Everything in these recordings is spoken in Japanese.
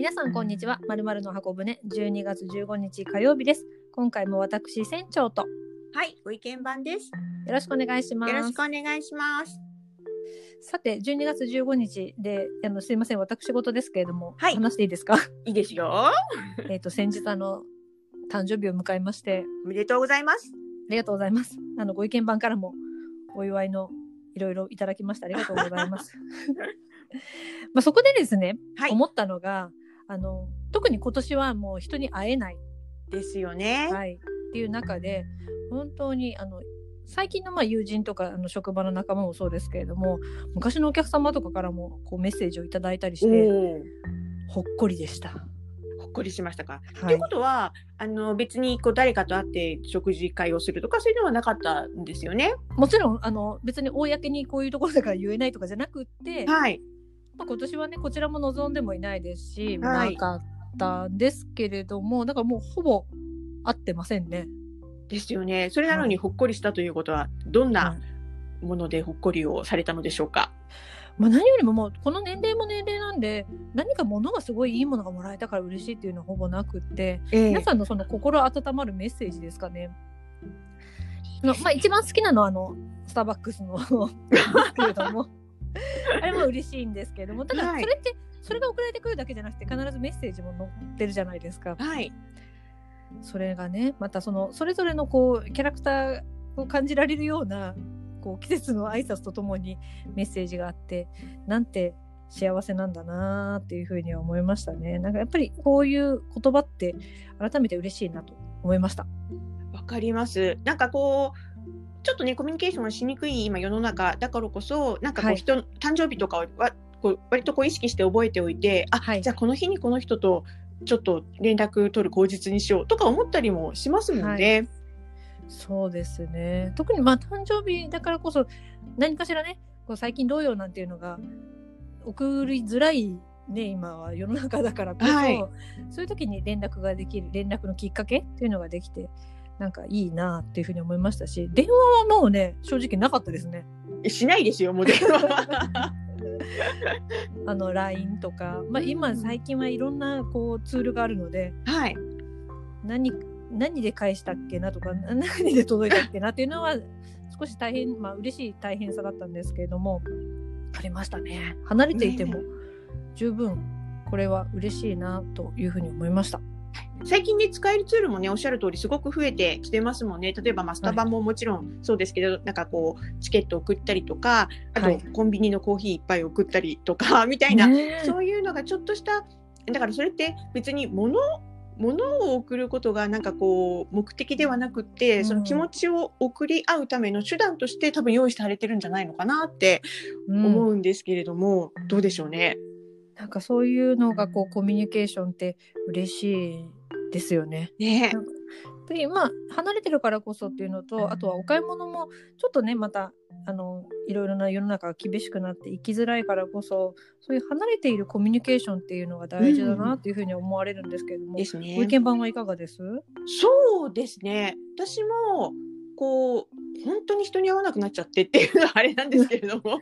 皆さんこんにちは。〇〇の箱舟12月15日火曜日です。今回も私船長とご意見番です。 よろしくお願いします。 よろしくお願いします。 さて12月15日ですいません、私事ですけれども、話していいですか？ いいですよ。 先日誕生日を迎えまして、 おめでとうございます。 ありがとうございます。ご意見番からもお祝いのいろいろいただきましてありがとうございます。そこでですね、思ったのが特に今年はもう人に会えないですよね。 っていう中で本当に最近の友人とか職場の仲間もそうですけれども、昔のお客様とかからもこうメッセージをいただいたりしてほっこりでした。 ほっこりしましたか？ということは別に誰かと会って食事会をするとかそういうのはなかったんですよね。 もちろん別に公にこういうところだから言えないとかじゃなくって、今年はねこちらも望んでもいないですし、なかったんですけれども、だからもうほぼ会ってませんね。 ですよね。それなのにほっこりしたということは、どんなものでほっこりをされたのでしょうか？ 何よりももうこの年齢も年齢なんで、何か物がすごいいいものがもらえたから嬉しいっていうのはほぼなくって、皆さんのその心温まるメッセージですかね。一番好きなのはスターバックスのですけれどもあれも嬉しいんですけれども、ただそれって、それが送られてくるだけじゃなくて必ずメッセージも載ってるじゃないですか。それがねまたそれぞれのこうキャラクターを感じられるようなこう季節の挨拶とともにメッセージがあって、なんて幸せなんだなっていうふうには思いましたね。なんかやっぱりこういう言葉って改めて嬉しいなと思いました。 わかります。なんかこうちょっとねコミュニケーションがしにくい今世の中だからこそ、なんかこう人の誕生日とかは割とこう意識して覚えておいて、じゃあこの日にこの人とちょっと連絡取る口実にしようとか思ったりもしますもんね。 そうですね。特に誕生日だからこそ何かしらねこう最近どうよなんていうのが送りづらいね今は世の中だからこそ、そういう時に連絡ができる、連絡のきっかけっていうのができてなんかいいなっていうふうに思いましたし、電話はもうね正直なかったですね。 しないですよもう電話 LINE とか、今最近はいろんなこうツールがあるので、何で返したっけなとか何で届いたっけなっていうのは少し大変、嬉しい大変さだったんですけれどもありましたね。離れていても十分これは嬉しいなというふうに思いました。 最近ね使えるツールもねおっしゃる通りすごく増えてきてますもんね。例えばスタバももちろんそうですけど、なんかこうチケット送ったりとか、あとコンビニのコーヒーいっぱい送ったりとかみたいな、そういうのがちょっとしただからそれって別に物を送ることがなんかこう目的ではなくって、その気持ちを送り合うための手段として多分用意されてるんじゃないのかなって思うんですけれども、どうでしょうね。 なんかそういうのがこうコミュニケーションって嬉しいですよね。やっぱり離れてるからこそっていうのと、あとはお買い物もちょっとねまたいろいろな世の中が厳しくなって行きづらいからこそ、そういう離れているコミュニケーションっていうのが大事だなっていうふうに思われるんですけれども、ご意見番はいかがです？ そうですね。私もこう本当に人に会わなくなっちゃってっていうのはあれなんですけれども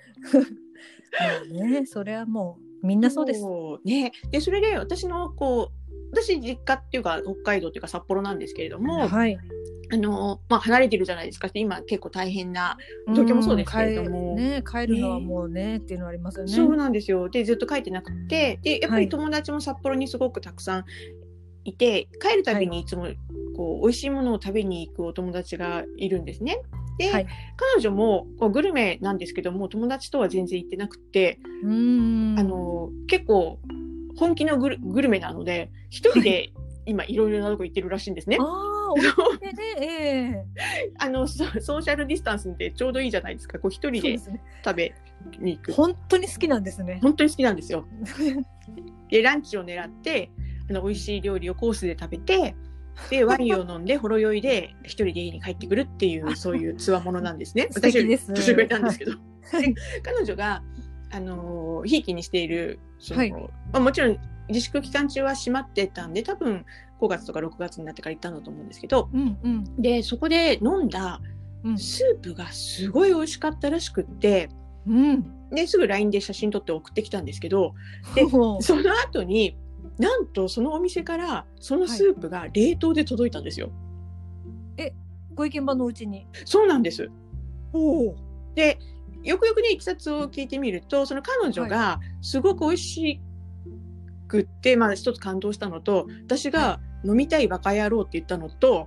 それはもうみんなそうですね。でそれで私実家っていうか北海道っていうか札幌なんですけれども、離れてるじゃないですか。今結構大変な東京もそうですけれども、 帰るのはもうねっていうのはありますよね。 そうなんですよ。でずっと帰ってなくて、でやっぱり友達も札幌にすごくたくさんいて、帰るたびにいつもこう美味しいものを食べに行くお友達がいるんですね。で、彼女もグルメなんですけども友達とは全然行ってなくて、結構本気のグルメなので一人で今いろいろなとこ行ってるらしいんですね。 お店で、 ソーシャルディスタンスってちょうどいいじゃないですか。こう一人で食べに行く。 本当に好きなんですね。 本当に好きなんですよ。でランチを狙って美味しい料理をコースで食べて、でワインを飲んでほろ酔いで一人で家に帰ってくるっていうそういうつわものなんですね。 私より年上なんですけど、彼女がひいきにしているもちろん自粛期間中は閉まってたんで多分5月とか6月になってから行ったんだと思うんですけど、でそこで飲んだスープがすごい美味しかったらしくって、ですぐ LINE で写真撮って送ってきたんですけど、でその後になんとそのお店からそのスープが冷凍で届いたんですよ。 ご意見番のうちに。 そうなんです。 おでよくよくねいきさつを聞いてみると、その彼女がすごく美味しくって、まあ一つ感動したのと、私が飲みたいバカ野郎って言ったのと、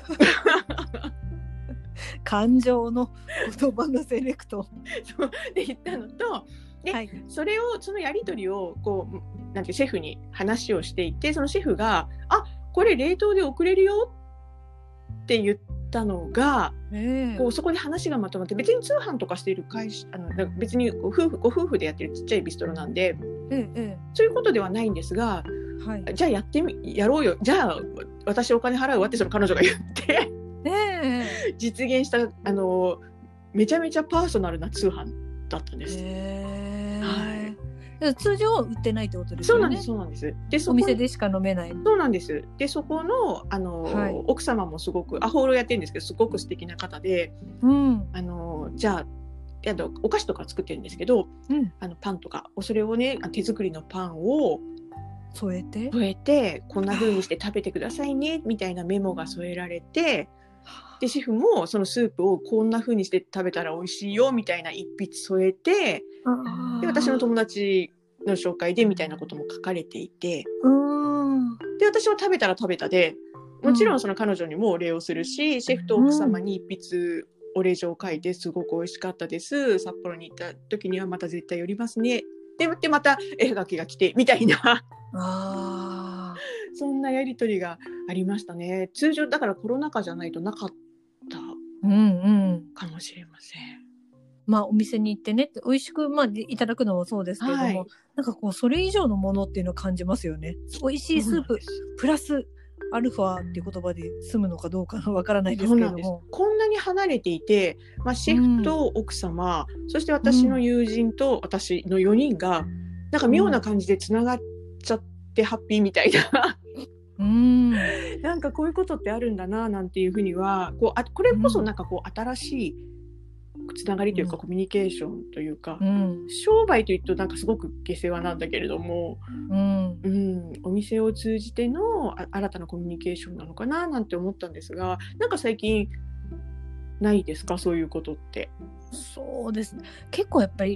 感情の言葉のセレクトそうで言ったのと、で、それをそのやり取りをこうなんてシェフに話をしていて、そのシェフがこれ冷凍で送れるよって言ったのが、こうそこで話がまとまって、別に通販とかしている会社別にご夫婦でやってるちっちゃいビストロなんで、そういうことではないんですが、じゃあやろうよ、じゃあ私お金払うわってその彼女が言って実現しためちゃめちゃパーソナルな通販だったんです。 通常は売ってないってことですよね。 そうなんです。でお店でしか飲めない。 そうなんです。でそこの奥様もすごくアホールやってるんですけど、すごく素敵な方で、じゃあお菓子とか作ってるんですけど、パンとかそれをね、手作りのパンを添えてこんな風にして食べてくださいねみたいなメモが添えられて、でシェフもそのスープをこんな風にして食べたら美味しいよみたいな一筆添えて、で私の友達の紹介でみたいなことも書かれていて、で私は食べたら食べたで、もちろんその彼女にもお礼をするし、シェフと奥様に一筆お礼状を書いて、すごく美味しかったです、札幌に行った時にはまた絶対寄りますね、でまた絵描きが来てみたいなそんなやり取りがありましたね。通常だからコロナ禍じゃないとなかったかもしれません。 まあお店に行ってね美味しくいただくのもそうですけれども、なんかこうそれ以上のものっていうのを感じますよね。美味しいスーププラスアルファっていう言葉で済むのかどうかわからないですけれども、 こんなに離れていて、シェフと奥様、そして私の友人と私の4人がなんか妙な感じでつながっちゃってハッピーみたいななんかこういうことってあるんだななんていうふうにはこれこそなんかこう新しいつながりというか、コミュニケーションというか、商売というとなんかすごく下世話なんだけれども、お店を通じての新たなコミュニケーションなのかななんて思ったんですが、なんか最近ないですか、そういうことって。 そうですね、結構やっぱり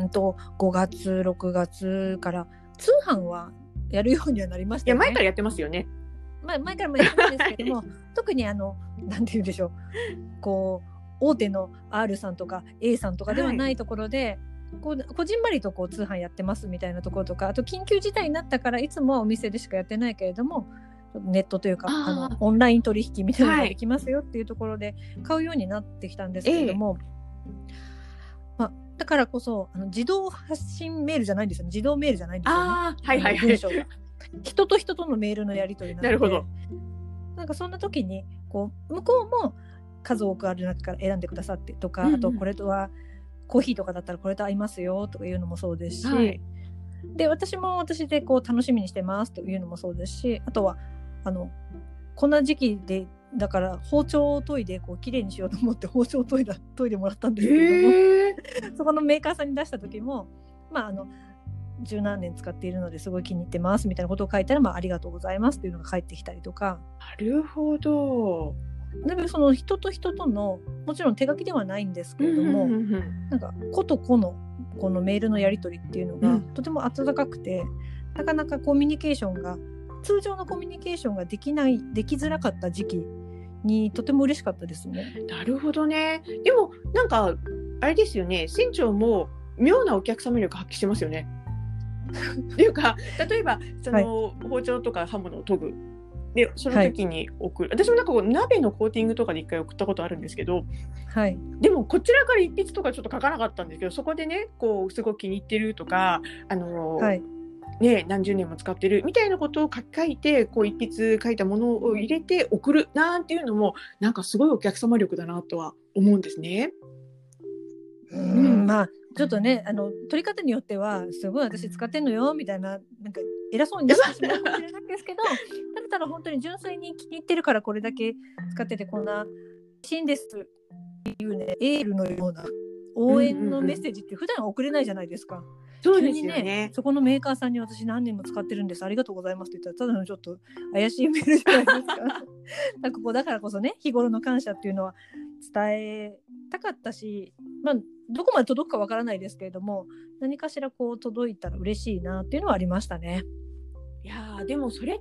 5月6月から通販はやるようにはなりましたよね。 前からやってますよね。 前からもやってるんですけども特になんて言うんでしょう、こう大手の R さんとか A さんとかではないところで、こじんまりと通販やってますみたいなところとか、あと緊急事態になったからいつもはお店でしかやってないけれどもネットというかオンライン取引みたいなのができますよっていうところで買うようになってきたんですけれども、だからこそ自動発信メールじゃないんですよね。自動メールじゃないんですよね。文章が人と人とのメールのやり取りなので、なるほど。なんかそんな時に向こうも数多くある中から選んでくださってとか、あとこれとはコーヒーとかだったらこれと合いますよとかいうのもそうですし、で私も私で楽しみにしてますというのもそうですし、あとはこんな時期でだから包丁を研いで綺麗にしようと思って包丁を研いでもらったんですけども、そこのメーカーさんに出した時も十何年使っているのですごい気に入ってますみたいなことを書いたら、ありがとうございますっていうのが返ってきたりとか。 なるほど。 だからその人と人とのもちろん手書きではないんですけれども、なんか個と個のこのメールのやり取りっていうのがとても温かくて、なかなかコミュニケーションが通常のコミュニケーションができづらかった時期にとても嬉しかったですね。 なるほどね。でもなんかあれですよね、船長も妙なお客様力発揮してますよね。っていうか例えばその、包丁とか刃物を研ぐでその時に送る、私もなんか鍋のコーティングとかで一回送ったことあるんですけど、でもこちらから一筆とかちょっと書かなかったんですけど、そこでねすごく気に入ってるとか何十年も使ってるみたいなことを書いて一筆書いたものを入れて送るなんていうのもなんかすごいお客様力だなとは思うんですね。 ちょっとね取り方によってはすごい私使ってんのよみたいななんか偉そうになってしまうかもしれないんですけどただ本当に純粋に気に入ってるからこれだけ使っててこんな美味しいんですっていうねエールのような応援のメッセージって普段は送れないじゃないですか。 そうですよね。 急にね、そこのメーカーさんに私何年も使ってるんですありがとうございますって言ったらただのちょっと怪しいメールじゃないですか。なんかだからこそね、日頃の感謝っていうのは伝えたかったし、どこまで届くかわからないですけれども、何かしらこう届いたら嬉しいなっていうのはありましたね。 いやでもそれって、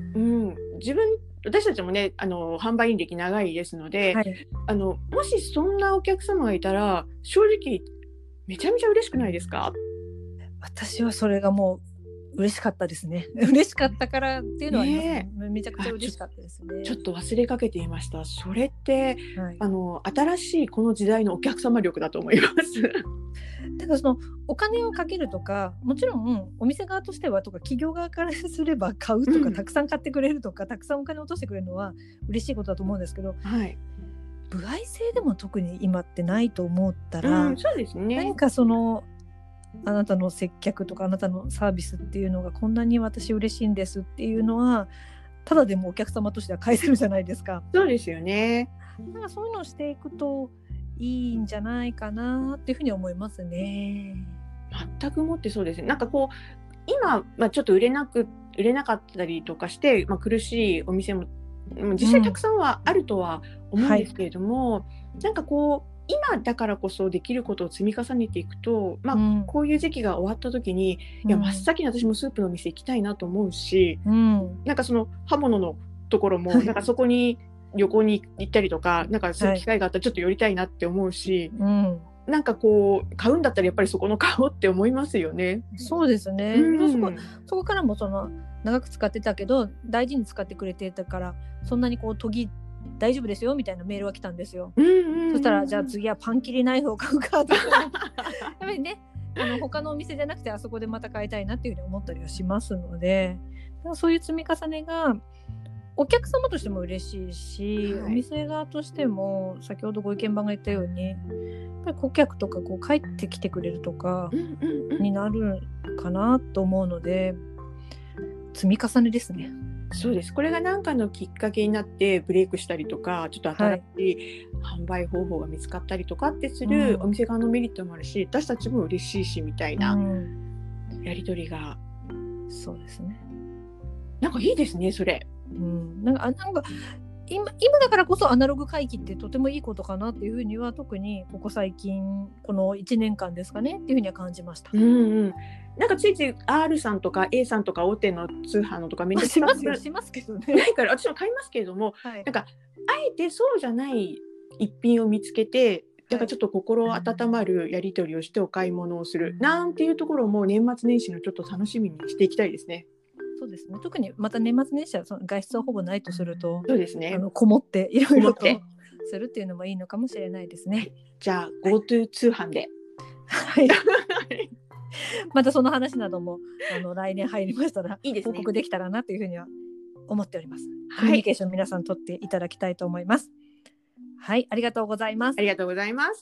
私たちもね販売員歴長いですので、はい、もしそんなお客様がいたら正直めちゃめちゃ嬉しくないですか？ 私はそれがもう嬉しかったですね。嬉しかったからっていうのはありますね。めちゃくちゃ嬉しかったですね。 ちょっと忘れかけていました。それって、はい、新しいこの時代のお客様力だと思います。 ただそのお金をかけるとか、もちろんお店側としてはとか企業側からすれば買うとか、たくさん買ってくれるとかたくさんお金を落としてくれるのは嬉しいことだと思うんですけど、はい、歩合制でも特に今ってないと思ったら、 そうですね、 何かあなたの接客とかあなたのサービスっていうのがこんなに私嬉しいんですっていうのはただでもお客様としては返せるじゃないですか。 そうですよね。 だからそういうのをしていくといいんじゃないかなっていうふうに思いますね。 全くもってそうですね。なんかこう今、ちょっと売れなかったりとかして、苦しいお店も実際たくさんはあるとは思うんですけれども、なんかこう今だからこそできることを積み重ねていくと、こういう時期が終わった時に、いや真っ先に私もスープの店行きたいなと思うし、なんかその刃物のところもなんかそこに旅行に行ったりとか、なんかそういう機会があったらちょっと寄りたいなって思うし、なんかこう買うんだったらやっぱりそこの買おうって思いますよね。 そうですね。そこからも長く使ってたけど大事に使ってくれてたからそんなにこう研ぎ大丈夫ですよみたいなメールが来たんですよ。そしたらじゃあ次はパン切りナイフを買うかとかやっぱりね他のお店じゃなくてあそこでまた買いたいなっていうふうに思ったりはしますので、そういう積み重ねがお客様としても嬉しいし、お店側としても先ほどご意見番が言ったようにやっぱり顧客とかこう帰ってきてくれるとかになるかなと思うので、積み重ねですね。 そうです。これが何かのきっかけになってブレイクしたりとか、ちょっと新しい販売方法が見つかったりとかってするお店側のメリットもあるし、私たちも嬉しいしみたいなやり取りが、 そうですね。 なんかいいですねそれ。 なんか今だからこそアナログ回帰ってとてもいいことかなっていうふうには特にここ最近この1年間ですかねっていうふうには感じました。 なんかついつい R さんとか A さんとか大手の通販のとかめっちゃしますけどね。 ないから私も買いますけれども、なんかあえてそうじゃない一品を見つけて、なんかちょっと心温まるやり取りをしてお買い物をするなんていうところも年末年始のちょっと楽しみにしていきたいですね。 そうですね。特にまた年末年始は外出はほぼないとすると、 そうですね。 こもっていろいろとするっていうのもいいのかもしれないですね。 じゃあ GoTo 通販で。 はい。またその話なども来年入りましたら報告できたらなというふうには思っております。コミュニケーション皆さん取っていただきたいと思います。はい、ありがとうございます。 ありがとうございます。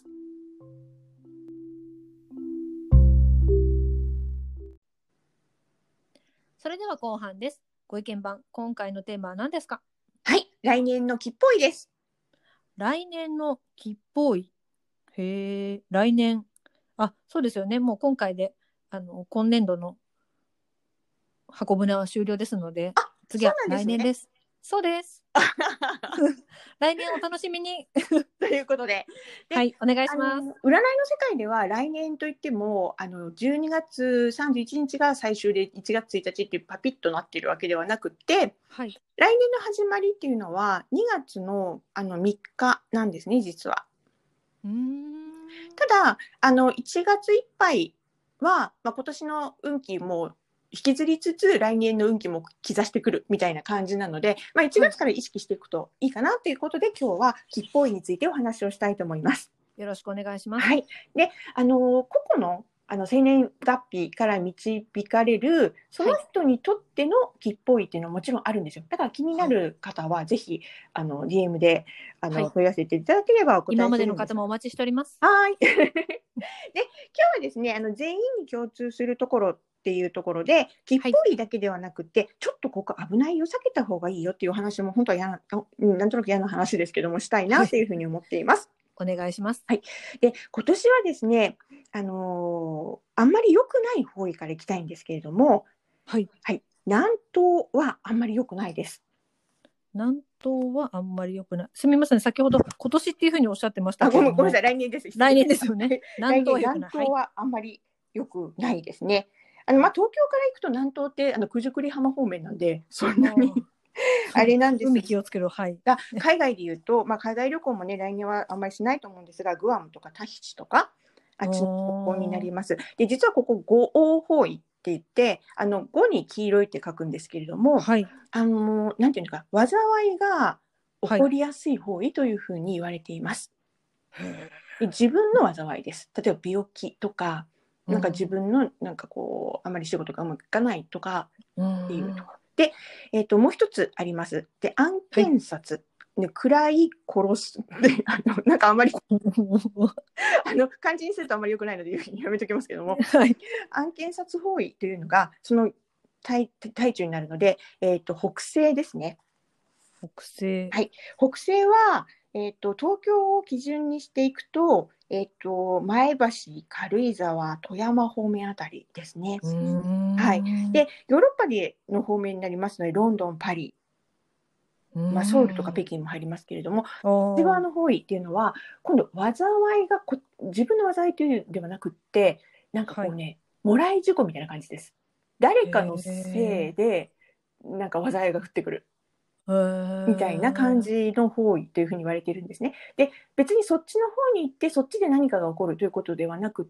それでは後半です。ご意見番、今回のテーマは何ですか？ はい、来年の吉報いです。 来年の吉報い。へえ、来年。そうですよね。もう今回で今年度の箱舟は終了ですので、次は来年です。そうです。来年お楽しみにということで、 はい、お願いします。 占いの世界では来年といっても12月31日が最終で1月1日っていうパピッとなっているわけではなくて、来年の始まりっていうのは2月の3日なんですね、実は。ただ1月いっぱいは、今年の運気も引きずりつつ来年の運気も兆してくるみたいな感じなので、1月から意識していくといいかなということで、今日は吉報院についてお話をしたいと思います。 よろしくお願いします。 はい。で、個々の生年月日から導かれるその人にとっての吉報院っていうのはもちろんあるんですよ。だから気になる方はぜひDM で問い合わせていただければお答えするんです。 今までの方もお待ちしております。 はい。で、今日はですね、全員に共通するところっていうところで、吉報院だけではなくて、ちょっとここ危ないよ、避けた方がいいよっていう話も本当はなんとなく嫌な話ですけどもしたいなというふうに思っています。 お願いします。 はい。で、今年はですね、あんまり良くない方位からいきたいんですけれども、 はい。 はい。南東はあんまり良くないです。 南東はあんまり良くない。すみません。先ほど今年っていうふうにおっしゃってましたあ、 けれども。 ごめんなさい。来年です。 来年ですよね。南東は良くない。 南東はあんまり良くないですね。東京から行くと南東って九十九里浜方面なんで、そんなにあれなんです海気をつけろ。はい。 海外で言うと、海外旅行もね、来年はあんまりしないと思うんですが、グアムとかタヒチとか、あっちの方向になります。で、実はここ、五黄方位って言って、五に黄色いって書くんですけれども、 はい。 なんていうのか、災いが起こりやすい方位というふうに言われています。自分の災いです。例えば病気とか、なんか自分のなんかこうあまり仕事がうまくいかないとかっていうところで、もう一つあります。で、案件殺、ね、暗い殺すでなんかあんまり漢字にするとあんまり良くないのでやめときますけども、 はい、 案件殺方位というのがその対中になるので、北西ですね。 北西。 はい、北西は東京を基準にしていくと、前橋、軽井沢、富山方面あたりですね。はい、でヨーロッパでの方面になりますので、ロンドン、パリ、ソウルとか北京も入りますけれども、内側の方位っていうのは今度災いが自分の災いというのではなくって、なんかこうね、もらい事故みたいな感じです。誰かのせいでなんか災いが降ってくるみたいな感じの方位というふうに言われているんですね。で、別にそっちの方に行ってそっちで何かが起こるということではなくって、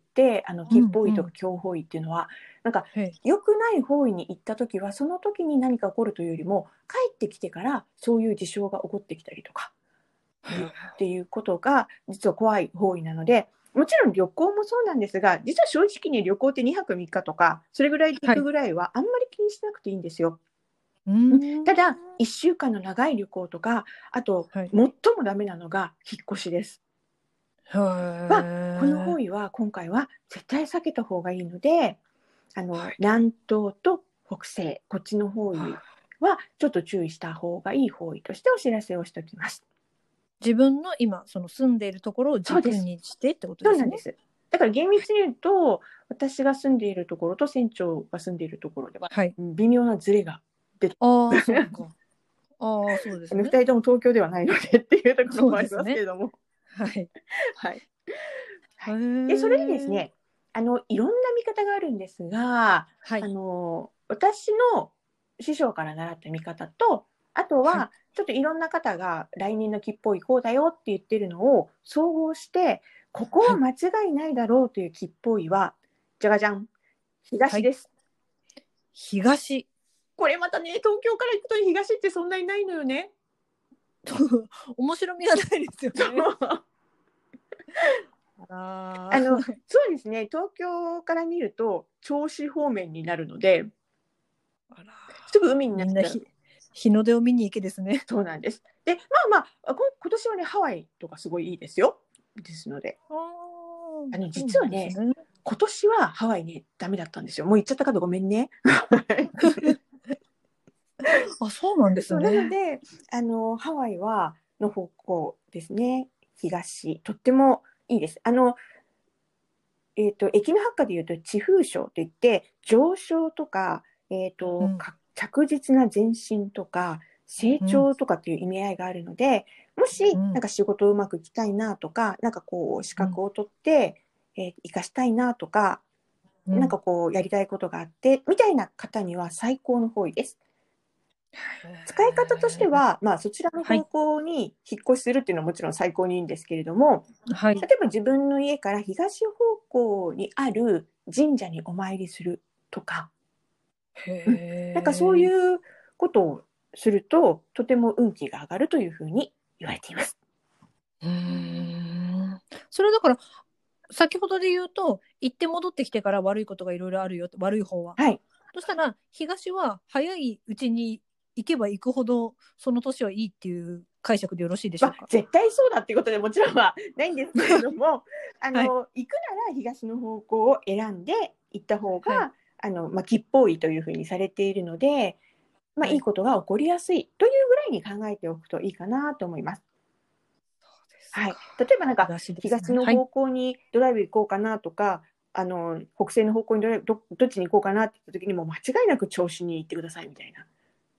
吉方位とか強方位っていうのは、なんか良くない方位に行った時はその時に何か起こるというよりも、帰ってきてからそういう事象が起こってきたりとかっていうことが実は怖い方位なので、もちろん旅行もそうなんですが、実は正直に旅行って2泊3日とかそれぐらいで行くぐらいはあんまり気にしなくていいんですよ。ただ1週間の長い旅行とか、あと、最もダメなのが引っ越しです。この方位は今回は絶対避けた方がいいので、南東と北西、こっちの方位はちょっと注意した方がいい方位としてお知らせをしておきます。 自分の今その住んでいるところを軸にしてってことですね。 そうなんです。だから厳密に言うと、私が住んでいるところと船長が住んでいるところでは、微妙なズレが出てそうか。そうですね。 2人とも東京ではないのでっていうところもありますけれども。 はい。 はい。で、それにですね、いろんな見方があるんですが、私の師匠から習った見方と、あとは、ちょっといろんな方が来年の吉報行こうだよって言ってるのを総合して、ここは間違いないだろうという吉報位は、じゃがじゃん、東です。 東。 これまたね、東京から行くと東ってそんなにないのよね。 面白みがないですよね。 そうですね、東京から見ると銚子方面になるので、すぐ海になって日の出を見に行けですね。 そうなんです。で、今年はね、ハワイとかすごいいいですよ。ですので。実はね、今年はハワイね、ダメだったんですよ。もう行っちゃった方ごめんね。 そうなんですね。 なので、ハワイの方向ですね、東、とってもいいです。駅の発火でいうと地風症といって上昇とか、着実な前進とか成長とかっていう意味合いがあるので、もしなんか仕事をうまくいきたいなとか、なんかこう資格を取って、生かしたいなとか、なんかこうやりたいことがあってみたいな方には最高の方位です。使い方としては、そちらの方向に引っ越しするっていうのはもちろん最高にいいんですけれども、例えば自分の家から東方向にある神社にお参りするとか、なんかそういうことをするととても運気が上がるというふうに言われています。 それだから先ほどで言うと、行って戻ってきてから悪いことがいろいろあるよ、悪い方は。そしたら東は早いうちに行けば行くほどその年はいいっていう解釈でよろしいでしょうか。 絶対そうだっていうことでもちろんはないんですけれども行くなら東の方向を選んで行った方が、吉報位というふうにされているので、いいことが起こりやすいというぐらいに考えておくといいかなと思います。 そうではい、例えばなんか東の方向にドライブ行こうかなとか、北西の方向にどっちに行こうかなって言った時にも間違いなく銚子に行ってくださいみたいな。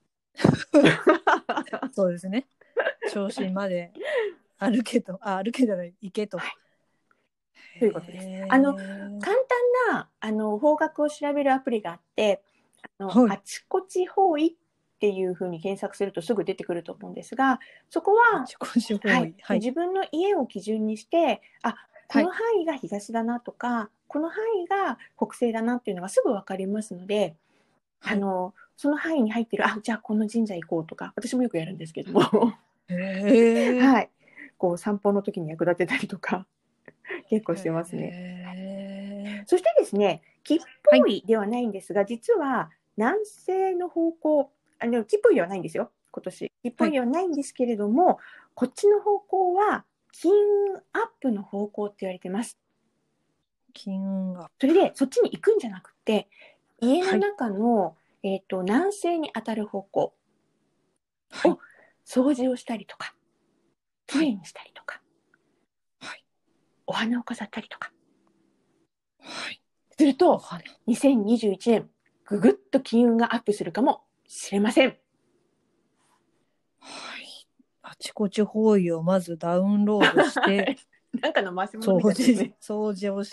そうですね。銚子まで歩けと、歩けたら行けと。はい、 ということです。簡単な方角を調べるアプリがあって、あちこち方位っていうふうに検索するとすぐ出てくると思うんですが、そこは、自分の家を基準にして、この範囲が東だなとか、この範囲が北西だなっていうのがすぐ分かりますので、その範囲に入ってる、じゃあこの神社行こうとか、私もよくやるんですけども、はい、こう散歩の時に役立てたりとか結構してますね。そしてですね、吉方位ではないんですが、実は南西の方向、吉方位ではないんですよ、今年。吉方位ではないんですけれども、こっちの方向は金運アップの方向って言われてます。 金運アップ。 それで、そっちに行くんじゃなくて、家の中の、南西に当たる方向を掃除をしたりとか、きれいにしたりとか、お花を飾ったりとか、すると、2021年、ぐぐっと金運がアップするかもしれません。 あちこち方位をまずダウンロードして、 なんかの回し物みたいですね。 掃除をして、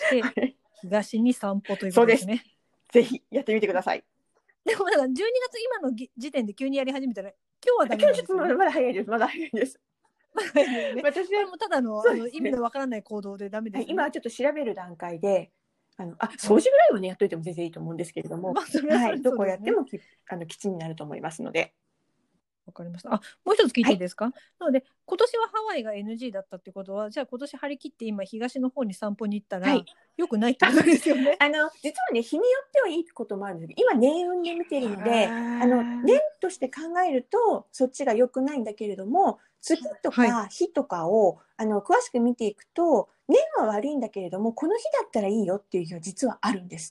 東に散歩ということですね。 ぜひやってみてください。 でも12月今の時点で急にやり始めたら、今日はダメなんですよね。 今日ちょっとまだ早いです。まだ早いです。 私はもうただの、意味のわからない行動でダメです、ね。 今はちょっと調べる段階で、掃除ぐらいはねやっといても全然いいと思うんですけれども、どこやっても基地になると思いますので。 わかりました。もう一つ聞いていいですか？なので今年はハワイが NG だったってことは、じゃあ今年張り切って今東の方に散歩に行ったら、よくないってことですよね。 実はね、日によってはいいこともあるんですけど、今年運で見てるので、年として考えるとそっちが良くないんだけれども、月とか日とかを詳しく見ていくと、年は悪いんだけれども、この日だったらいいよっていう日は実はあるんです。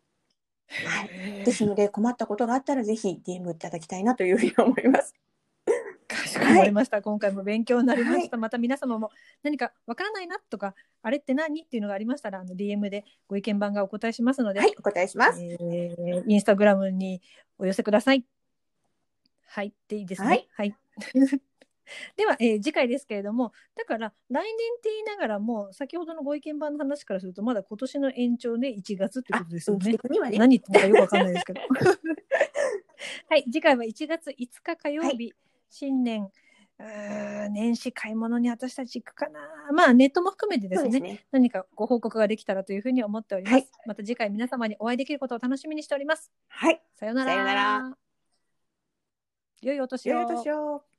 ですので、困ったことがあったらぜひ DM いただきたいなというふうに思います。 かしこまりました。今回も勉強になりました。また皆様も何かわからないなとか、あれって何っていうのがありましたら、DM でご意見番がお答えしますので、 お答えします。 インスタグラムにお寄せください。はい、でいいですね。はいでは、次回ですけれども、だから来年って言いながらも、先ほどのご意見番の話からすると、まだ今年の延長で1月ってことですよね。何言ってるかよくわかんないですけど。はい、次回は1月5日火曜日、新年、年始買い物に私たち行くかな。ネットも含めてですね、何かご報告ができたらというふうに思っております。また次回皆様にお会いできることを楽しみにしております。 はい。 さようなら。良いお年を。